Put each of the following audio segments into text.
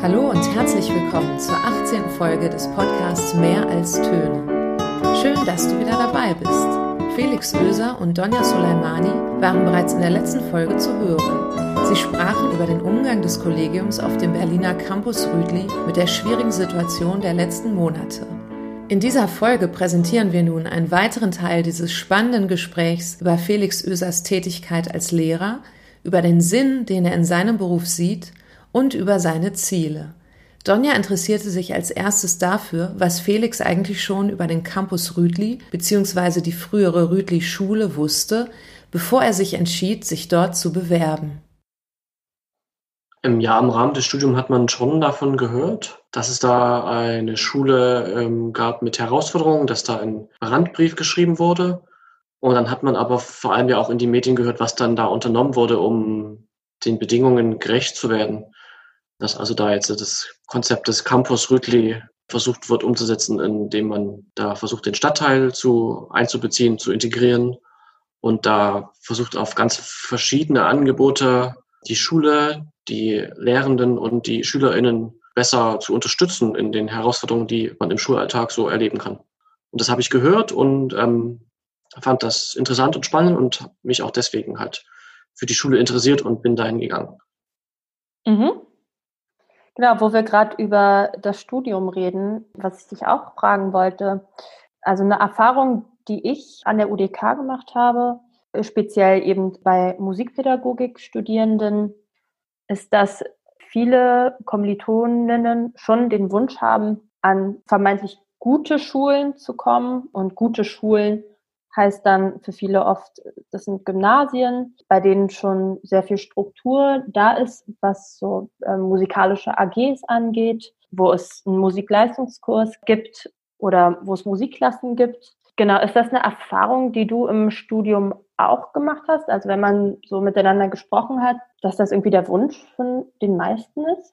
Hallo und herzlich willkommen zur 18. Folge des Podcasts Mehr als Töne. Schön, dass du wieder dabei bist. Felix Oeser und Donja Soleimani waren bereits in der letzten Folge zu hören. Sie sprachen über den Umgang des Kollegiums auf dem Berliner Campus Rütli mit der schwierigen Situation der letzten Monate. In dieser Folge präsentieren wir nun einen weiteren Teil dieses spannenden Gesprächs über Felix Oesers Tätigkeit als Lehrer, über den Sinn, den er in seinem Beruf sieht und über seine Ziele. Donja interessierte sich als erstes dafür, was Felix eigentlich schon über den Campus Rütli bzw. die frühere Rütli-Schule wusste, bevor er sich entschied, sich dort zu bewerben. Im Rahmen des Studiums hat man schon davon gehört, dass es da eine Schule gab mit Herausforderungen, dass da ein Brandbrief geschrieben wurde. Und dann hat man aber vor allem ja auch in die Medien gehört, was dann da unternommen wurde, um den Bedingungen gerecht zu werden. Dass also da jetzt das Konzept des Campus Rütli versucht wird umzusetzen, indem man da versucht, den Stadtteil einzubeziehen, zu integrieren und da versucht auf ganz verschiedene Angebote die Schule, die Lehrenden und die SchülerInnen besser zu unterstützen in den Herausforderungen, die man im Schulalltag so erleben kann. Und das habe ich gehört und fand das interessant und spannend und habe mich auch deswegen halt für die Schule interessiert und bin dahin gegangen. Mhm. Genau, wo wir gerade über das Studium reden, was ich dich auch fragen wollte. Also eine Erfahrung, die ich an der UDK gemacht habe, speziell eben bei Musikpädagogik-Studierenden, ist, dass viele Kommilitoninnen schon den Wunsch haben, an vermeintlich gute Schulen zu kommen. Und gute Schulen heißt dann für viele oft, das sind Gymnasien, bei denen schon sehr viel Struktur da ist, was so musikalische AGs angeht, wo es einen Musikleistungskurs gibt oder wo es Musikklassen gibt. Genau, ist das eine Erfahrung, die du im Studium auch gemacht hast? Also wenn man so miteinander gesprochen hat, dass das irgendwie der Wunsch von den meisten ist?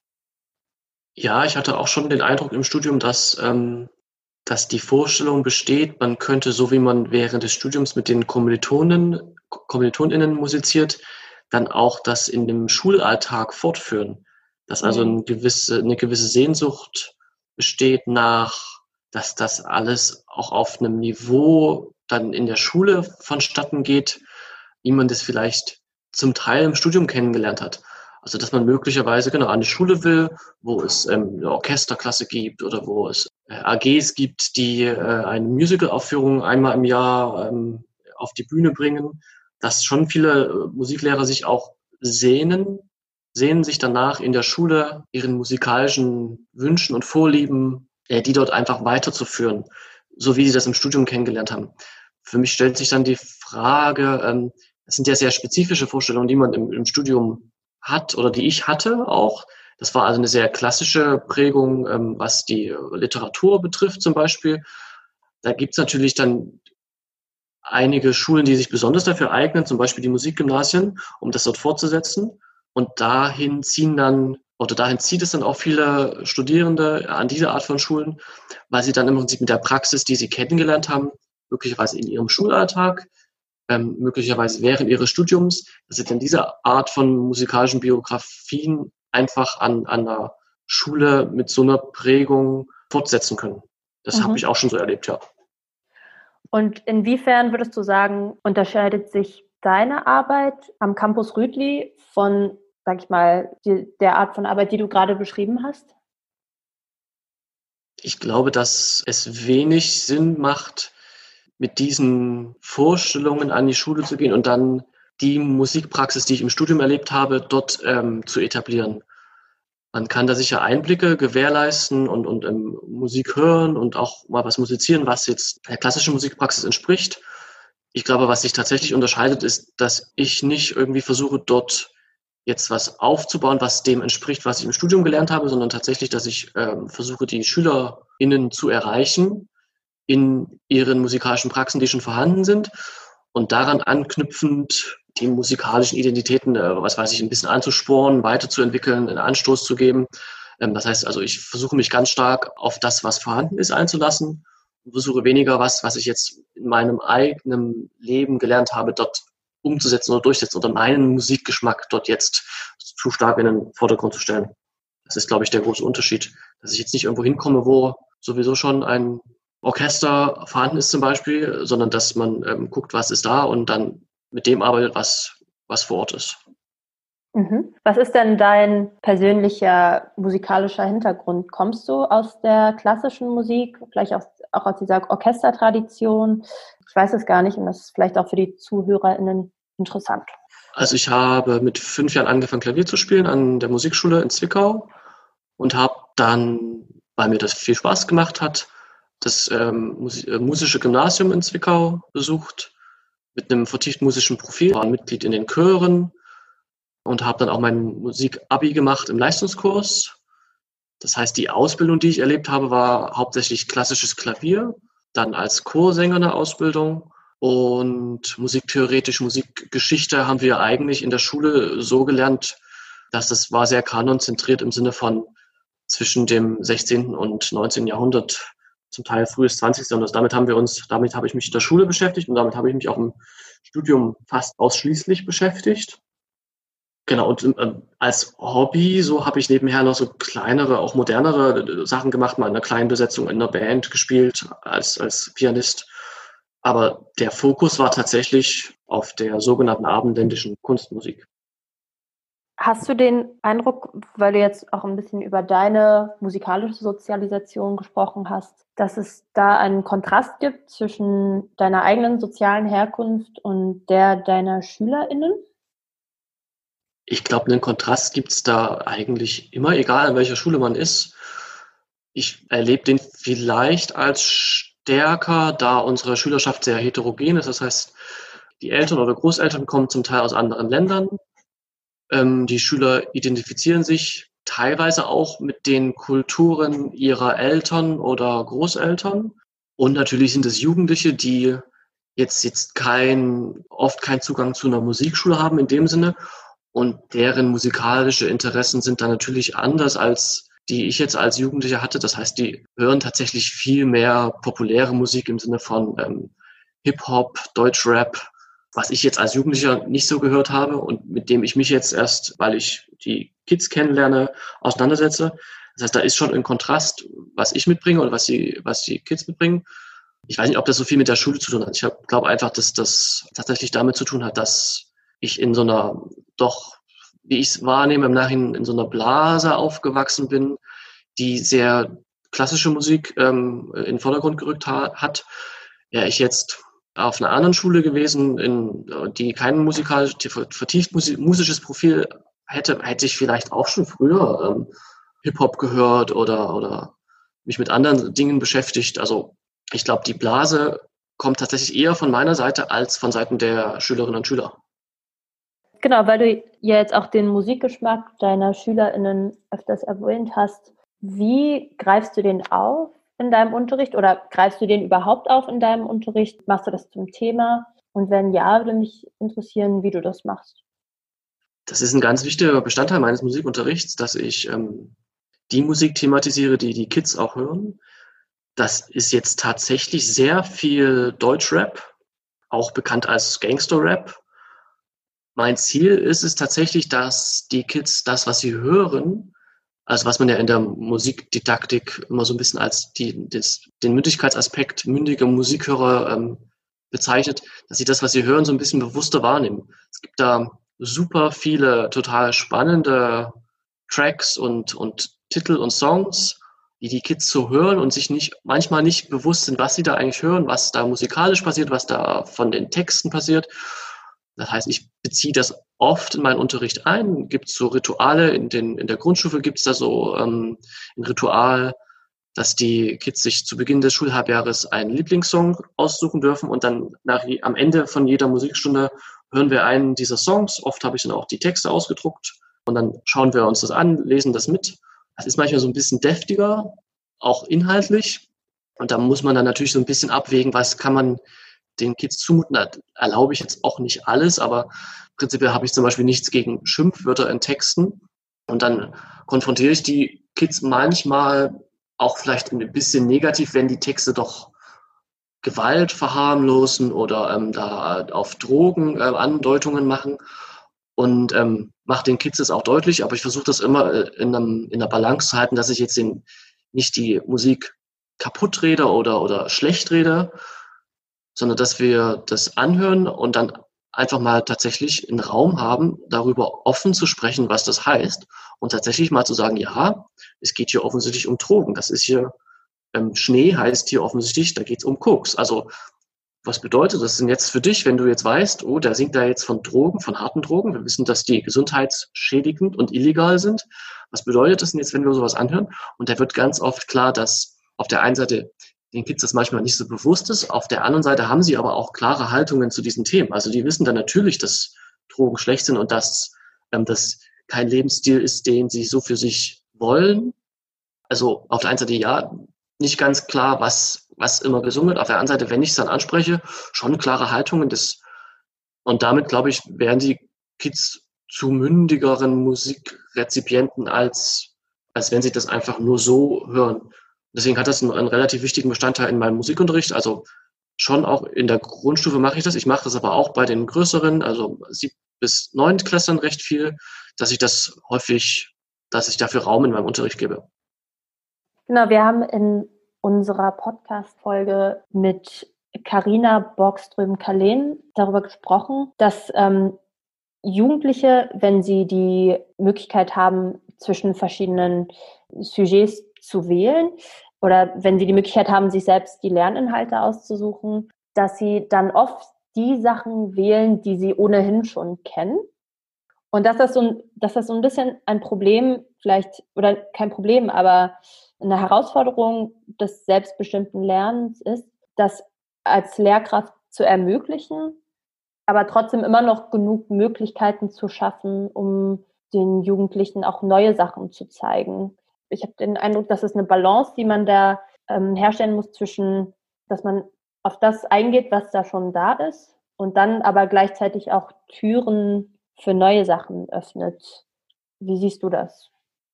Ja, ich hatte auch schon den Eindruck im Studium, dass die Vorstellung besteht, man könnte, so wie man während des Studiums mit den KommilitonInnen musiziert, dann auch das in dem Schulalltag fortführen. Dass also eine gewisse Sehnsucht besteht nach, dass das alles auch auf einem Niveau dann in der Schule vonstatten geht, wie man das vielleicht zum Teil im Studium kennengelernt hat. Also dass man möglicherweise an eine Schule will, wo es eine Orchesterklasse gibt oder wo es AGs gibt, die eine Musical-Aufführung einmal im Jahr auf die Bühne bringen, dass schon viele Musiklehrer sich auch sehnen sich danach in der Schule ihren musikalischen Wünschen und Vorlieben, die dort einfach weiterzuführen, so wie sie das im Studium kennengelernt haben. Für mich stellt sich dann die Frage, das sind ja sehr spezifische Vorstellungen, die man im Studium hat oder die ich hatte auch. Das war also eine sehr klassische Prägung, was die Literatur betrifft zum Beispiel. Da gibt es natürlich dann einige Schulen, die sich besonders dafür eignen, zum Beispiel die Musikgymnasien, um das dort fortzusetzen. Und dahin zieht es dann auch viele Studierende an diese Art von Schulen, weil sie dann im Prinzip mit der Praxis, die sie kennengelernt haben, möglicherweise in ihrem Schulalltag, möglicherweise während ihres Studiums, dass sie dann diese Art von musikalischen Biografien einfach an einer Schule mit so einer Prägung fortsetzen können. Das habe ich auch schon so erlebt, ja. Und inwiefern würdest du sagen, unterscheidet sich deine Arbeit am Campus Rütli von, sag ich mal, der Art von Arbeit, die du gerade beschrieben hast? Ich glaube, dass es wenig Sinn macht, mit diesen Vorstellungen an die Schule zu gehen und dann die Musikpraxis, die ich im Studium erlebt habe, dort zu etablieren. Man kann da sicher Einblicke gewährleisten und Musik hören und auch mal was musizieren, was jetzt der klassischen Musikpraxis entspricht. Ich glaube, was sich tatsächlich unterscheidet, ist, dass ich nicht irgendwie versuche, dort jetzt was aufzubauen, was dem entspricht, was ich im Studium gelernt habe, sondern tatsächlich, dass ich versuche, die SchülerInnen zu erreichen in ihren musikalischen Praxen, die schon vorhanden sind und daran anknüpfend die musikalischen Identitäten, ein bisschen anzuspornen, weiterzuentwickeln, einen Anstoß zu geben. Das heißt also, ich versuche mich ganz stark auf das, was vorhanden ist, einzulassen und versuche weniger was ich jetzt in meinem eigenen Leben gelernt habe, dort umzusetzen oder durchsetzen oder meinen Musikgeschmack dort jetzt zu stark in den Vordergrund zu stellen. Das ist, glaube ich, der große Unterschied, dass ich jetzt nicht irgendwo hinkomme, wo sowieso schon ein Orchester vorhanden ist zum Beispiel, sondern dass man guckt, was ist da und dann mit dem arbeitet, was vor Ort ist. Mhm. Was ist denn dein persönlicher musikalischer Hintergrund? Kommst du aus der klassischen Musik, vielleicht auch aus dieser Orchestertradition? Ich weiß es gar nicht und das ist vielleicht auch für die ZuhörerInnen interessant. Also ich habe mit 5 Jahren angefangen, Klavier zu spielen an der Musikschule in Zwickau und habe dann, weil mir das viel Spaß gemacht hat, das musische Gymnasium in Zwickau besucht mit einem vertieft musischen Profil, war Mitglied in den Chören und habe dann auch mein Musik-Abi gemacht im Leistungskurs. Das heißt, die Ausbildung, die ich erlebt habe, war hauptsächlich klassisches Klavier, dann als Chorsänger eine Ausbildung und musiktheoretisch, Musikgeschichte haben wir eigentlich in der Schule so gelernt, dass das war sehr kanonzentriert im Sinne von zwischen dem 16. und 19. Jahrhundert, zum Teil frühes 20. Jahrhundert. Damit habe ich mich in der Schule beschäftigt und damit habe ich mich auch im Studium fast ausschließlich beschäftigt. Genau, und als Hobby, so habe ich nebenher noch so kleinere, auch modernere Sachen gemacht, mal in einer kleinen Besetzung in einer Band gespielt als Pianist. Aber der Fokus war tatsächlich auf der sogenannten abendländischen Kunstmusik. Hast du den Eindruck, weil du jetzt auch ein bisschen über deine musikalische Sozialisation gesprochen hast, dass es da einen Kontrast gibt zwischen deiner eigenen sozialen Herkunft und der deiner SchülerInnen? Ich glaube, einen Kontrast gibt es da eigentlich immer, egal an welcher Schule man ist. Ich erlebe den vielleicht als stärker, da unsere Schülerschaft sehr heterogen ist. Das heißt, die Eltern oder Großeltern kommen zum Teil aus anderen Ländern. Die Schüler identifizieren sich teilweise auch mit den Kulturen ihrer Eltern oder Großeltern. Und natürlich sind es Jugendliche, die jetzt oft keinen Zugang zu einer Musikschule haben in dem Sinne. Und deren musikalische Interessen sind dann natürlich anders als die ich jetzt als Jugendlicher hatte. Das heißt, die hören tatsächlich viel mehr populäre Musik im Sinne von Hip-Hop, Deutschrap, was ich jetzt als Jugendlicher nicht so gehört habe und mit dem ich mich jetzt erst, weil ich die Kids kennenlerne, auseinandersetze. Das heißt, da ist schon ein Kontrast, was ich mitbringe oder was die Kids mitbringen. Ich weiß nicht, ob das so viel mit der Schule zu tun hat. Ich glaube einfach, dass das tatsächlich damit zu tun hat, dass ich in so einer, doch, wie ich es wahrnehme, im Nachhinein in so einer Blase aufgewachsen bin, die sehr klassische Musik in den Vordergrund gerückt hat. Ja, ich jetzt auf einer anderen Schule gewesen, die kein vertieft musisches Profil hätte ich vielleicht auch schon früher Hip-Hop gehört oder mich mit anderen Dingen beschäftigt. Also ich glaube, die Blase kommt tatsächlich eher von meiner Seite als von Seiten der Schülerinnen und Schüler. Genau, weil du ja jetzt auch den Musikgeschmack deiner SchülerInnen öfters erwähnt hast. Wie greifst du den auf in deinem Unterricht oder greifst du den überhaupt auf in deinem Unterricht? Machst du das zum Thema? Und wenn ja, würde mich interessieren, wie du das machst. Das ist ein ganz wichtiger Bestandteil meines Musikunterrichts, dass ich die Musik thematisiere, die die Kids auch hören. Das ist jetzt tatsächlich sehr viel Deutschrap, auch bekannt als Gangster-Rap. Mein Ziel ist es tatsächlich, dass die Kids das, was sie hören, also was man ja in der Musikdidaktik immer so ein bisschen als den Mündigkeitsaspekt mündiger Musikhörer bezeichnet, dass sie das, was sie hören, so ein bisschen bewusster wahrnehmen. Es gibt da super viele total spannende Tracks und Titel und Songs, die Kids so hören und sich manchmal nicht bewusst sind, was sie da eigentlich hören, was da musikalisch passiert, was da von den Texten passiert. Das heißt, ich beziehe das oft in meinen Unterricht ein. Gibt es so Rituale, in der Grundstufe gibt es da so ein Ritual, dass die Kids sich zu Beginn des Schulhalbjahres einen Lieblingssong aussuchen dürfen und dann am Ende von jeder Musikstunde hören wir einen dieser Songs. Oft habe ich dann auch die Texte ausgedruckt und dann schauen wir uns das an, lesen das mit. Das ist manchmal so ein bisschen deftiger, auch inhaltlich. Und da muss man dann natürlich so ein bisschen abwägen, was kann man den Kids zumuten. Da erlaube ich jetzt auch nicht alles, aber prinzipiell habe ich zum Beispiel nichts gegen Schimpfwörter in Texten. Und dann konfrontiere ich die Kids manchmal auch vielleicht ein bisschen negativ, wenn die Texte doch Gewalt verharmlosen oder da auf Drogen Andeutungen machen. und mache den Kids das auch deutlich, aber ich versuche das immer in einer Balance zu halten, dass ich jetzt nicht die Musik kaputt rede oder schlecht rede, sondern dass wir das anhören und dann einfach mal tatsächlich einen Raum haben, darüber offen zu sprechen, was das heißt und tatsächlich mal zu sagen, ja, es geht hier offensichtlich um Drogen. Das ist hier, Schnee heißt hier offensichtlich, da geht es um Koks. Also was bedeutet das denn jetzt für dich, wenn du jetzt weißt, oh, der singt da jetzt von Drogen, von harten Drogen. Wir wissen, dass die gesundheitsschädigend und illegal sind. Was bedeutet das denn jetzt, wenn wir sowas anhören? Und da wird ganz oft klar, dass auf der einen Seite den Kids das manchmal nicht so bewusst ist. Auf der anderen Seite haben sie aber auch klare Haltungen zu diesen Themen. Also die wissen dann natürlich, dass Drogen schlecht sind und dass das kein Lebensstil ist, den sie so für sich wollen. Also auf der einen Seite ja, nicht ganz klar, was immer gesungen wird. Auf der anderen Seite, wenn ich es dann anspreche, schon klare Haltungen. Und damit, glaube ich, werden die Kids zu mündigeren Musikrezipienten, als wenn sie das einfach nur so hören. Deswegen hat das einen relativ wichtigen Bestandteil in meinem Musikunterricht. Also schon auch in der Grundstufe mache ich das. Ich mache das aber auch bei den größeren, also 7. bis 9. Klässlern recht viel, dass ich dafür Raum in meinem Unterricht gebe. Genau, wir haben in unserer Podcast-Folge mit Carina Borgström-Carlén darüber gesprochen, dass Jugendliche, wenn sie die Möglichkeit haben, zwischen verschiedenen Sujets zu wählen oder wenn sie die Möglichkeit haben, sich selbst die Lerninhalte auszusuchen, dass sie dann oft die Sachen wählen, die sie ohnehin schon kennen. Und dass das so ein bisschen ein Problem vielleicht, oder kein Problem, aber eine Herausforderung des selbstbestimmten Lernens ist, das als Lehrkraft zu ermöglichen, aber trotzdem immer noch genug Möglichkeiten zu schaffen, um den Jugendlichen auch neue Sachen zu zeigen. Ich habe den Eindruck, dass es eine Balance, die man da herstellen muss zwischen, dass man auf das eingeht, was da schon da ist und dann aber gleichzeitig auch Türen für neue Sachen öffnet. Wie siehst du das?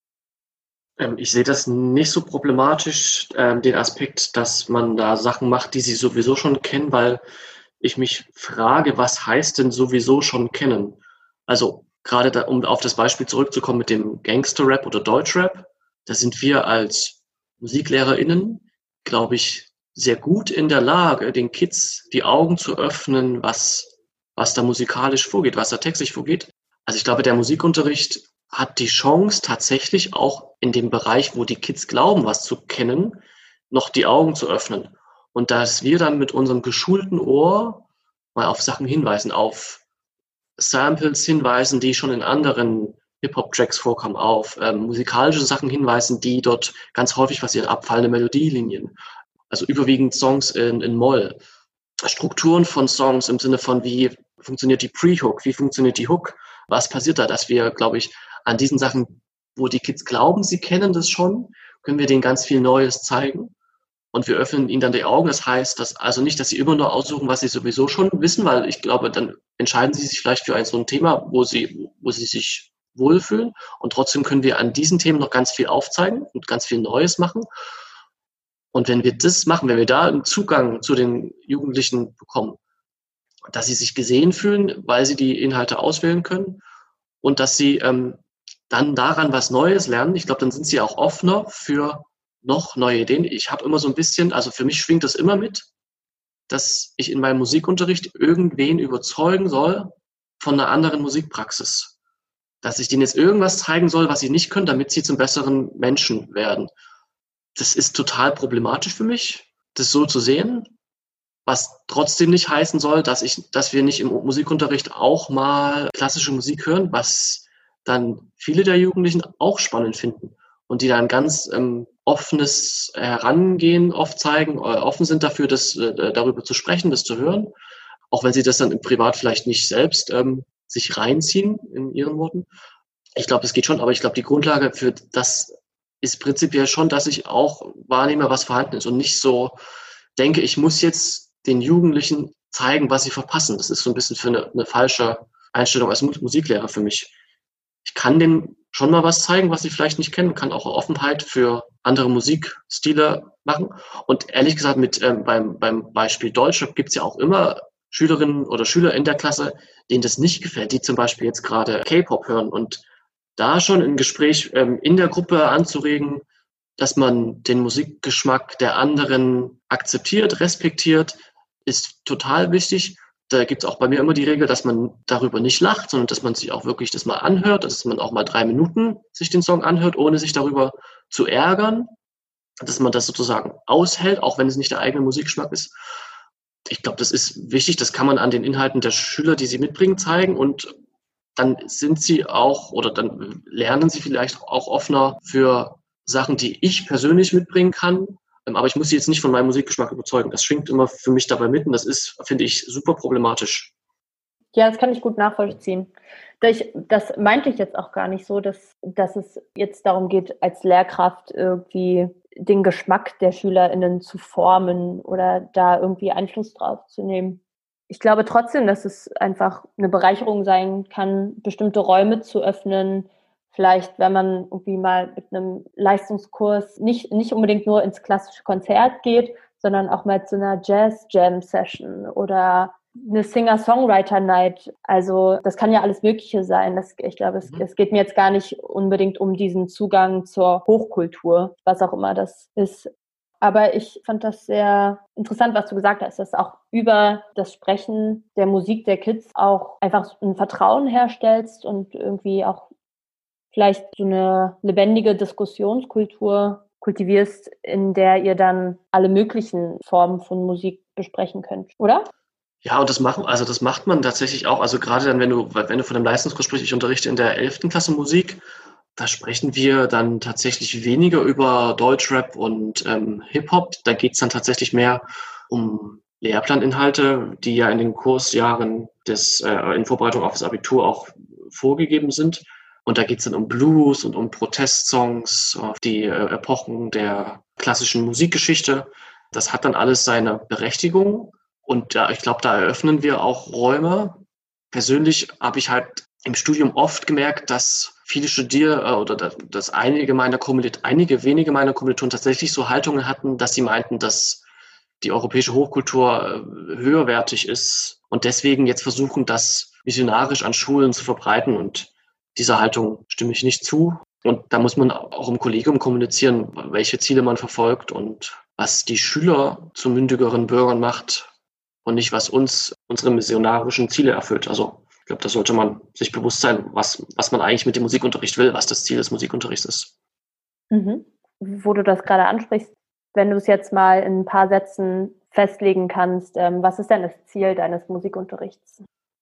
Ich sehe das nicht so problematisch, den Aspekt, dass man da Sachen macht, die sie sowieso schon kennen, weil ich mich frage, was heißt denn sowieso schon kennen? Also gerade da, um auf das Beispiel zurückzukommen mit dem Gangster-Rap oder Deutschrap, da sind wir als MusiklehrerInnen, glaube ich, sehr gut in der Lage, den Kids die Augen zu öffnen, was da musikalisch vorgeht, was da textlich vorgeht. Also ich glaube, der Musikunterricht hat die Chance, tatsächlich auch in dem Bereich, wo die Kids glauben, was zu kennen, noch die Augen zu öffnen. Und dass wir dann mit unserem geschulten Ohr mal auf Sachen hinweisen, auf Samples hinweisen, die schon in anderen Hip-Hop-Tracks vorkommen, auf musikalische Sachen hinweisen, die dort ganz häufig passieren, abfallende Melodielinien, also überwiegend Songs in Moll, Strukturen von Songs im Sinne von, wie funktioniert die Pre-Hook, wie funktioniert die Hook, was passiert da, dass wir, glaube ich, an diesen Sachen, wo die Kids glauben, sie kennen das schon, können wir denen ganz viel Neues zeigen. Und wir öffnen ihnen dann die Augen. Das heißt, dass also nicht, dass sie immer nur aussuchen, was sie sowieso schon wissen, weil ich glaube, dann entscheiden sie sich vielleicht für so ein Thema, wo sie sich wohlfühlen. Und trotzdem können wir an diesen Themen noch ganz viel aufzeigen und ganz viel Neues machen. Und wenn wir das machen, wenn wir da einen Zugang zu den Jugendlichen bekommen, dass sie sich gesehen fühlen, weil sie die Inhalte auswählen können und dass sie dann daran was Neues lernen, ich glaube, dann sind sie auch offener für noch neue Ideen. Ich habe immer so ein bisschen, also für mich schwingt das immer mit, dass ich in meinem Musikunterricht irgendwen überzeugen soll von einer anderen Musikpraxis. Dass ich denen jetzt irgendwas zeigen soll, was sie nicht können, damit sie zum besseren Menschen werden. Das ist total problematisch für mich, das so zu sehen, was trotzdem nicht heißen soll, dass wir nicht im Musikunterricht auch mal klassische Musik hören, was dann viele der Jugendlichen auch spannend finden und die dann ganz offenes Herangehen oft zeigen, offen sind dafür, darüber zu sprechen, das zu hören, auch wenn sie das dann im Privat vielleicht nicht selbst sich reinziehen, in ihren Worten. Ich glaube, es geht schon, aber ich glaube, die Grundlage für das ist prinzipiell schon, dass ich auch wahrnehme, was vorhanden ist und nicht so denke, ich muss jetzt den Jugendlichen zeigen, was sie verpassen. Das ist so ein bisschen für eine falsche Einstellung als Musiklehrer für mich. Ich kann denen schon mal was zeigen, was sie vielleicht nicht kennen, kann auch Offenheit für andere Musikstile machen. Und ehrlich gesagt, beim Beispiel Deutschrap gibt es ja auch immer Schülerinnen oder Schüler in der Klasse, denen das nicht gefällt, die zum Beispiel jetzt gerade K-Pop hören und da schon ein Gespräch in der Gruppe anzuregen, dass man den Musikgeschmack der anderen akzeptiert, respektiert, ist total wichtig. Da gibt es auch bei mir immer die Regel, dass man darüber nicht lacht, sondern dass man sich auch wirklich das mal anhört, dass man auch mal 3 Minuten sich den Song anhört, ohne sich darüber zu ärgern, dass man das sozusagen aushält, auch wenn es nicht der eigene Musikgeschmack ist. Ich glaube, das ist wichtig, das kann man an den Inhalten der Schüler, die sie mitbringen, zeigen und dann sind sie auch oder dann lernen sie vielleicht auch offener für Sachen, die ich persönlich mitbringen kann. Aber ich muss sie jetzt nicht von meinem Musikgeschmack überzeugen. Das schwingt immer für mich dabei mit und das ist, finde ich, super problematisch. Ja, das kann ich gut nachvollziehen. Das meinte ich jetzt auch gar nicht so, dass es jetzt darum geht, als Lehrkraft irgendwie den Geschmack der SchülerInnen zu formen oder da irgendwie Einfluss drauf zu nehmen. Ich glaube trotzdem, dass es einfach eine Bereicherung sein kann, bestimmte Räume zu öffnen. Vielleicht, wenn man irgendwie mal mit einem Leistungskurs nicht unbedingt nur ins klassische Konzert geht, sondern auch mal zu einer Jazz-Jam-Session oder eine Singer-Songwriter-Night. Also das kann ja alles Mögliche sein. Ich glaube, es geht mir jetzt gar nicht unbedingt um diesen Zugang zur Hochkultur, was auch immer das ist. Aber ich fand das sehr interessant, was du gesagt hast, dass auch über das Sprechen der Musik der Kids auch einfach ein Vertrauen herstellst und irgendwie auch vielleicht so eine lebendige Diskussionskultur kultivierst, in der ihr dann alle möglichen Formen von Musik besprechen könnt, oder? Ja, und das macht man tatsächlich auch. Also gerade dann, wenn du von einem Leistungskurs sprichst, ich unterrichte in der 11. Klasse Musik, da sprechen wir dann tatsächlich weniger über Deutschrap und Hip-Hop. Da geht's dann tatsächlich mehr um Lehrplaninhalte, die ja in den Kursjahren in Vorbereitung auf das Abitur auch vorgegeben sind. Und da geht's dann um Blues und um Protestsongs, die Epochen der klassischen Musikgeschichte. Das hat dann alles seine Berechtigung. Und ja, ich glaube, da eröffnen wir auch Räume. Persönlich habe ich halt im Studium oft gemerkt, dass viele oder dass einige wenige meiner Kommilitonen tatsächlich so Haltungen hatten, dass sie meinten, dass die europäische Hochkultur höherwertig ist und deswegen jetzt versuchen, das missionarisch an Schulen zu verbreiten. Und dieser Haltung stimme ich nicht zu. Und da muss man auch im Kollegium kommunizieren, welche Ziele man verfolgt und was die Schüler zu mündigeren Bürgern macht und nicht, was unsere missionarischen Ziele erfüllt. Also ich glaube, da sollte man sich bewusst sein, was man eigentlich mit dem Musikunterricht will, was das Ziel des Musikunterrichts ist. Mhm. Wo du das gerade ansprichst, wenn du es jetzt mal in ein paar Sätzen festlegen kannst, was ist denn das Ziel deines Musikunterrichts?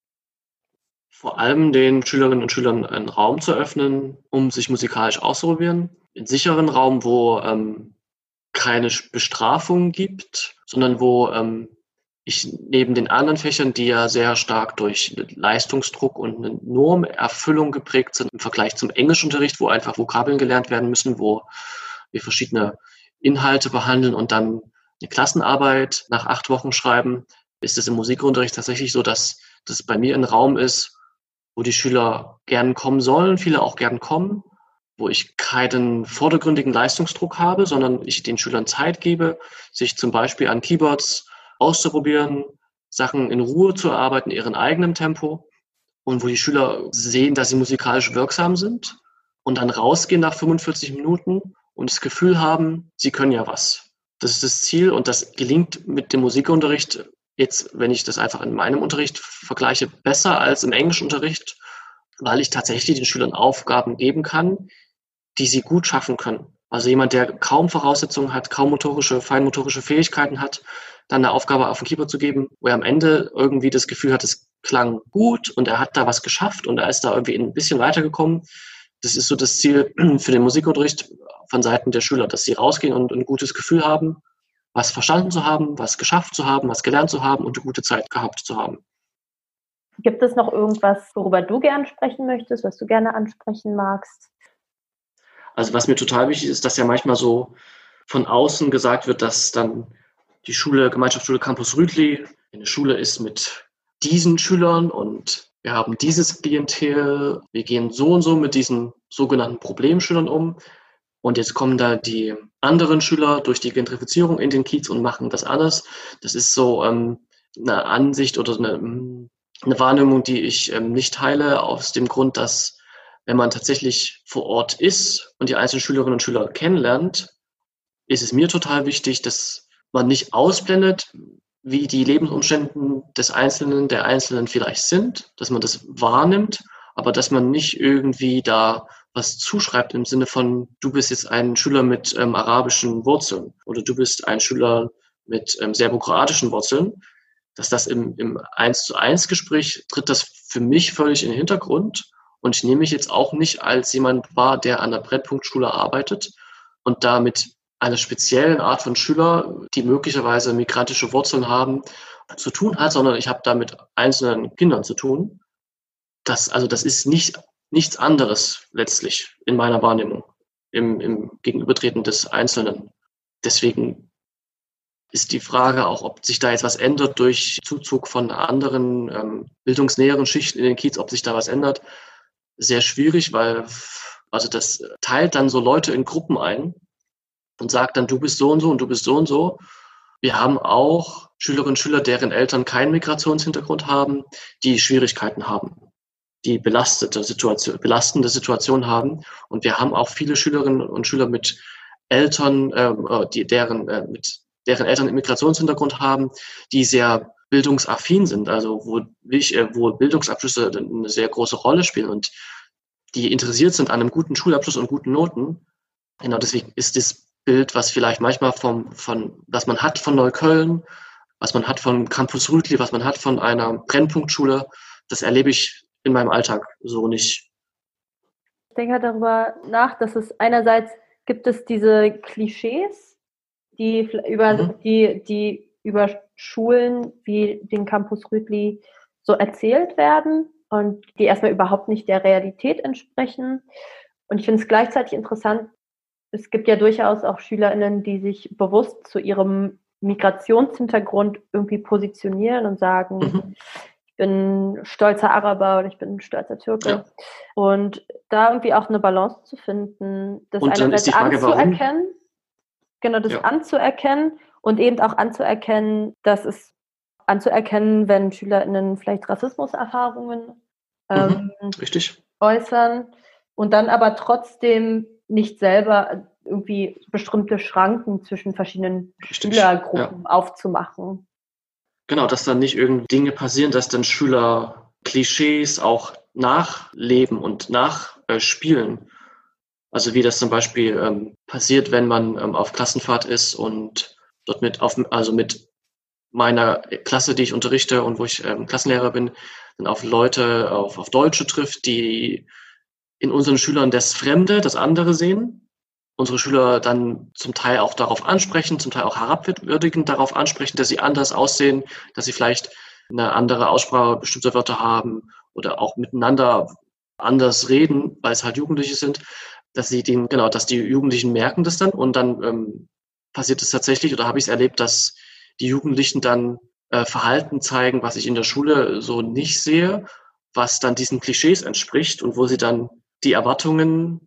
Vor allem den Schülerinnen und Schülern einen Raum zu öffnen, um sich musikalisch auszuprobieren. Einen sicheren Raum, wo keine Bestrafung gibt, sondern wo ich neben den anderen Fächern, die ja sehr stark durch Leistungsdruck und eine Normerfüllung geprägt sind, im Vergleich zum Englischunterricht, wo einfach Vokabeln gelernt werden müssen, wo wir verschiedene Inhalte behandeln und dann eine Klassenarbeit nach 8 Wochen schreiben, ist es im Musikunterricht tatsächlich so, dass das bei mir ein Raum ist, wo die Schüler gern kommen sollen, viele auch gern kommen, wo ich keinen vordergründigen Leistungsdruck habe, sondern ich den Schülern Zeit gebe, sich zum Beispiel an Keyboards auszuprobieren, Sachen in Ruhe zu erarbeiten, in ihrem eigenen Tempo und wo die Schüler sehen, dass sie musikalisch wirksam sind und dann rausgehen nach 45 Minuten und das Gefühl haben, sie können ja was. Das ist das Ziel und das gelingt mit dem Musikunterricht jetzt, wenn ich das einfach in meinem Unterricht vergleiche, besser als im Englischunterricht, weil ich tatsächlich den Schülern Aufgaben geben kann, die sie gut schaffen können. Also jemand, der kaum Voraussetzungen hat, kaum feinmotorische Fähigkeiten hat, dann eine Aufgabe auf dem Keyboard zu geben, wo er am Ende irgendwie das Gefühl hat, es klang gut und er hat da was geschafft und er ist da irgendwie ein bisschen weitergekommen. Das ist so das Ziel für den Musikunterricht von Seiten der Schüler, dass sie rausgehen und ein gutes Gefühl haben, was verstanden zu haben, was geschafft zu haben, was gelernt zu haben und eine gute Zeit gehabt zu haben. Gibt es noch irgendwas, worüber du gerne sprechen möchtest, was du gerne ansprechen magst? Also was mir total wichtig ist, dass ja manchmal so von außen gesagt wird, dass dann die Gemeinschaftsschule Campus Rütli eine Schule ist mit diesen Schülern und wir haben dieses Klientel, wir gehen so und so mit diesen sogenannten Problemschülern um und jetzt kommen da die anderen Schüler durch die Gentrifizierung in den Kiez und machen das anders. Das ist so eine Ansicht oder eine Wahrnehmung, die ich nicht teile, aus dem Grund, dass wenn man tatsächlich vor Ort ist und die einzelnen Schülerinnen und Schüler kennenlernt, ist es mir total wichtig, dass man nicht ausblendet, wie die Lebensumstände der Einzelnen vielleicht sind, dass man das wahrnimmt, aber dass man nicht irgendwie da was zuschreibt im Sinne von, du bist jetzt ein Schüler mit arabischen Wurzeln oder du bist ein Schüler mit serbokroatischen Wurzeln, dass das im 1:1 Gespräch tritt das für mich völlig in den Hintergrund und ich nehme mich jetzt auch nicht als jemand wahr, der an der Brennpunktschule arbeitet und da mit einer speziellen Art von Schüler, die möglicherweise migrantische Wurzeln haben, zu tun hat, sondern ich habe da mit einzelnen Kindern zu tun. Das ist nichts anderes letztlich in meiner Wahrnehmung im Gegenübertreten des Einzelnen. Deswegen ist die Frage auch, ob sich da jetzt was ändert durch Zuzug von anderen bildungsnäheren Schichten in den Kiez, ob sich da was ändert, sehr schwierig, weil das teilt dann so Leute in Gruppen ein und sagt dann, du bist so und so und du bist so und so. Wir haben auch Schülerinnen und Schüler, deren Eltern keinen Migrationshintergrund haben, die Schwierigkeiten haben, die belastende Situation haben. Und wir haben auch viele Schülerinnen und Schüler mit Eltern, deren Eltern einen Migrationshintergrund haben, die sehr bildungsaffin sind, also wo Bildungsabschlüsse eine sehr große Rolle spielen und die interessiert sind an einem guten Schulabschluss und guten Noten. Genau, deswegen ist das Bild, was vielleicht manchmal was man hat von Neukölln, was man hat von Campus Rütli, was man hat von einer Brennpunktschule, das erlebe ich in meinem Alltag so nicht. Ich denke halt darüber nach, dass es einerseits gibt es diese Klischees, die über Schulen wie den Campus Rütli so erzählt werden und die erstmal überhaupt nicht der Realität entsprechen. Und ich finde es gleichzeitig interessant, es gibt ja durchaus auch SchülerInnen, die sich bewusst zu ihrem Migrationshintergrund irgendwie positionieren und sagen, ich bin stolzer Araber oder ich bin stolzer Türke. Ja. Und da irgendwie auch eine Balance zu finden, das einerseits anzuerkennen, anzuerkennen und eben auch anzuerkennen, wenn SchülerInnen vielleicht Rassismuserfahrungen äußern und dann aber trotzdem nicht selber irgendwie bestimmte Schranken zwischen verschiedenen Schülergruppen aufzumachen. Genau, dass dann nicht irgendwie Dinge passieren, dass dann Schüler Klischees auch nachleben und nachspielen. Also wie das zum Beispiel passiert, wenn man auf Klassenfahrt ist und dort mit meiner Klasse, die ich unterrichte und wo ich Klassenlehrer bin, dann auf Leute, auf Deutsche trifft, die in unseren Schülern das Fremde, das andere sehen. Unsere Schüler dann zum Teil auch darauf ansprechen, zum Teil auch herabwürdigend darauf ansprechen, dass sie anders aussehen, dass sie vielleicht eine andere Aussprache bestimmter Wörter haben oder auch miteinander anders reden, weil es halt Jugendliche sind, dass die Jugendlichen merken das dann und dann passiert es tatsächlich oder habe ich es erlebt, dass die Jugendlichen dann Verhalten zeigen, was ich in der Schule so nicht sehe, was dann diesen Klischees entspricht und wo sie dann die Erwartungen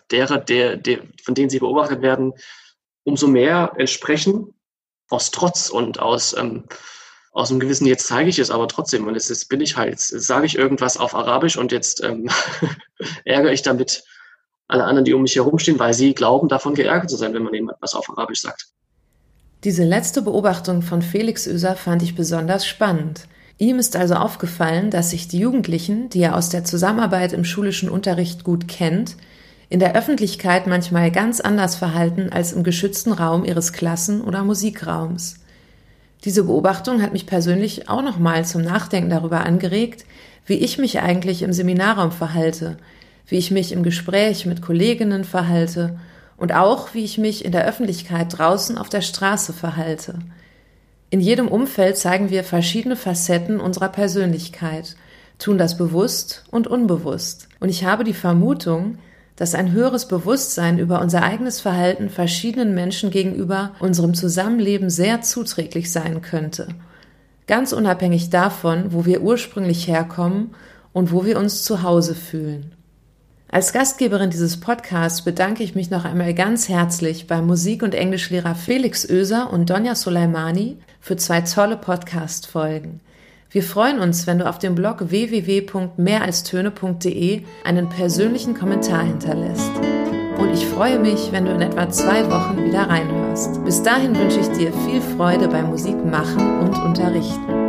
von denen sie beobachtet werden, umso mehr entsprechen, aus Trotz und aus einem gewissen, jetzt zeige ich es aber trotzdem und jetzt sage ich irgendwas auf Arabisch und jetzt ärgere ich damit alle anderen, die um mich herumstehen, weil sie glauben, davon geärgert zu sein, wenn man jemand was auf Arabisch sagt. Diese letzte Beobachtung von Felix Oeser fand ich besonders spannend. Ihm ist also aufgefallen, dass sich die Jugendlichen, die er aus der Zusammenarbeit im schulischen Unterricht gut kennt, in der Öffentlichkeit manchmal ganz anders verhalten als im geschützten Raum ihres Klassen- oder Musikraums. Diese Beobachtung hat mich persönlich auch nochmal zum Nachdenken darüber angeregt, wie ich mich eigentlich im Seminarraum verhalte, wie ich mich im Gespräch mit Kolleginnen verhalte und auch, wie ich mich in der Öffentlichkeit draußen auf der Straße verhalte. In jedem Umfeld zeigen wir verschiedene Facetten unserer Persönlichkeit, tun das bewusst und unbewusst. Und ich habe die Vermutung, dass ein höheres Bewusstsein über unser eigenes Verhalten verschiedenen Menschen gegenüber unserem Zusammenleben sehr zuträglich sein könnte. Ganz unabhängig davon, wo wir ursprünglich herkommen und wo wir uns zu Hause fühlen. Als Gastgeberin dieses Podcasts bedanke ich mich noch einmal ganz herzlich bei Musik- und Englischlehrer Felix Oeser und Donja Soleimani für 2 tolle Podcast-Folgen. Wir freuen uns, wenn du auf dem Blog www.mehralstöne.de einen persönlichen Kommentar hinterlässt. Und ich freue mich, wenn du in etwa 2 Wochen wieder reinhörst. Bis dahin wünsche ich dir viel Freude beim Musikmachen und Unterrichten.